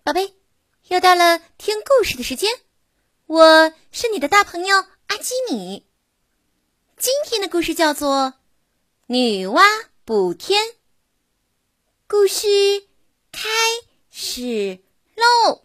宝贝，又到了听故事的时间，我是你的大朋友阿基米。今天的故事叫做女娲补天。故事开始喽！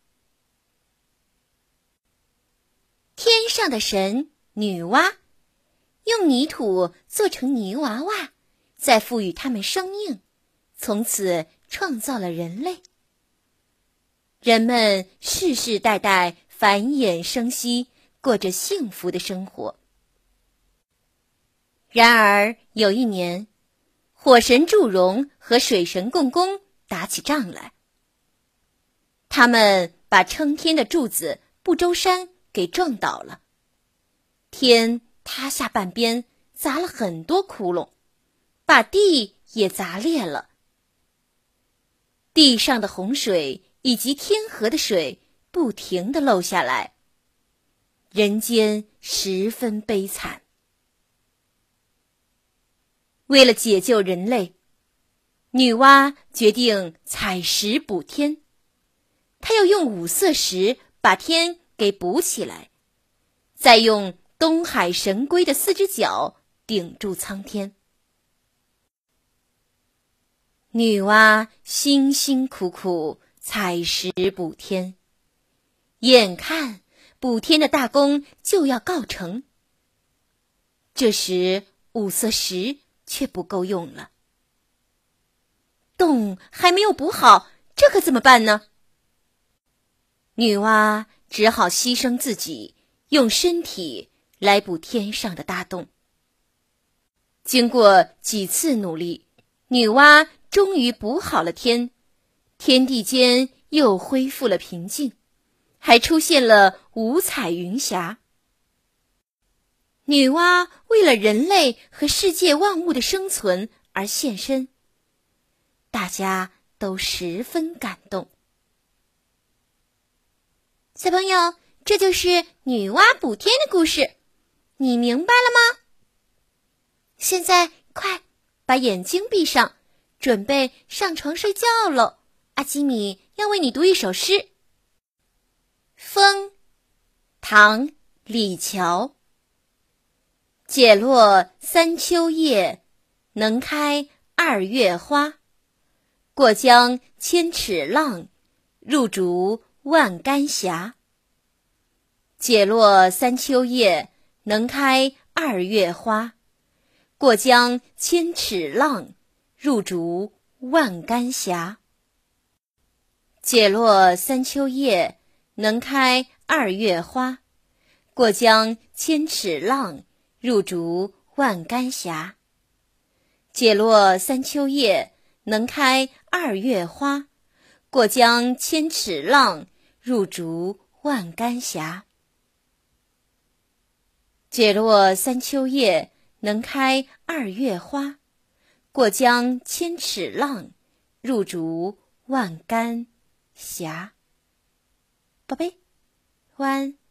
天上的神女娲用泥土做成泥娃娃，再赋予它们生命，从此创造了人类。人们世世代代繁衍生息，过着幸福的生活。然而有一年，火神祝融和水神共工打起仗来，他们把撑天的柱子不周山给撞倒了，天塌下半边，砸了很多窟窿，把地也砸裂了。地上的洪水以及天河的水不停地漏下来，人间十分悲惨。为了解救人类，女娲决定采石补天。她要用五色石把天给补起来，再用东海神龟的4只脚顶住苍天。女娲辛辛苦苦采石补天，眼看补天的大功就要告成，这时五色石却不够用了，洞还没有补好，这可怎么办呢？女娲只好牺牲自己，用身体来补天上的大洞。经过几次努力，女娲终于补好了天，天地间又恢复了平静，还出现了五彩云霞。女娲为了人类和世界万物的生存而献身，大家都十分感动。小朋友，这就是女娲补天的故事，你明白了吗？现在快把眼睛闭上，准备上床睡觉喽。阿基米要为你读一首诗。风，唐·李峤。解落三秋叶，能开二月花。过江千尺浪，入竹万竿斜。解落三秋叶，能开二月花。过江千尺浪，入竹万竿斜。解落三秋叶，能开二月花。过江千尺浪，入竹万竿斜。解落三秋叶，能开二月花。过江千尺浪，入竹万竿斜。解落三秋叶，能开二月花。过江千尺浪，入竹万竿斜。宝贝，晚安。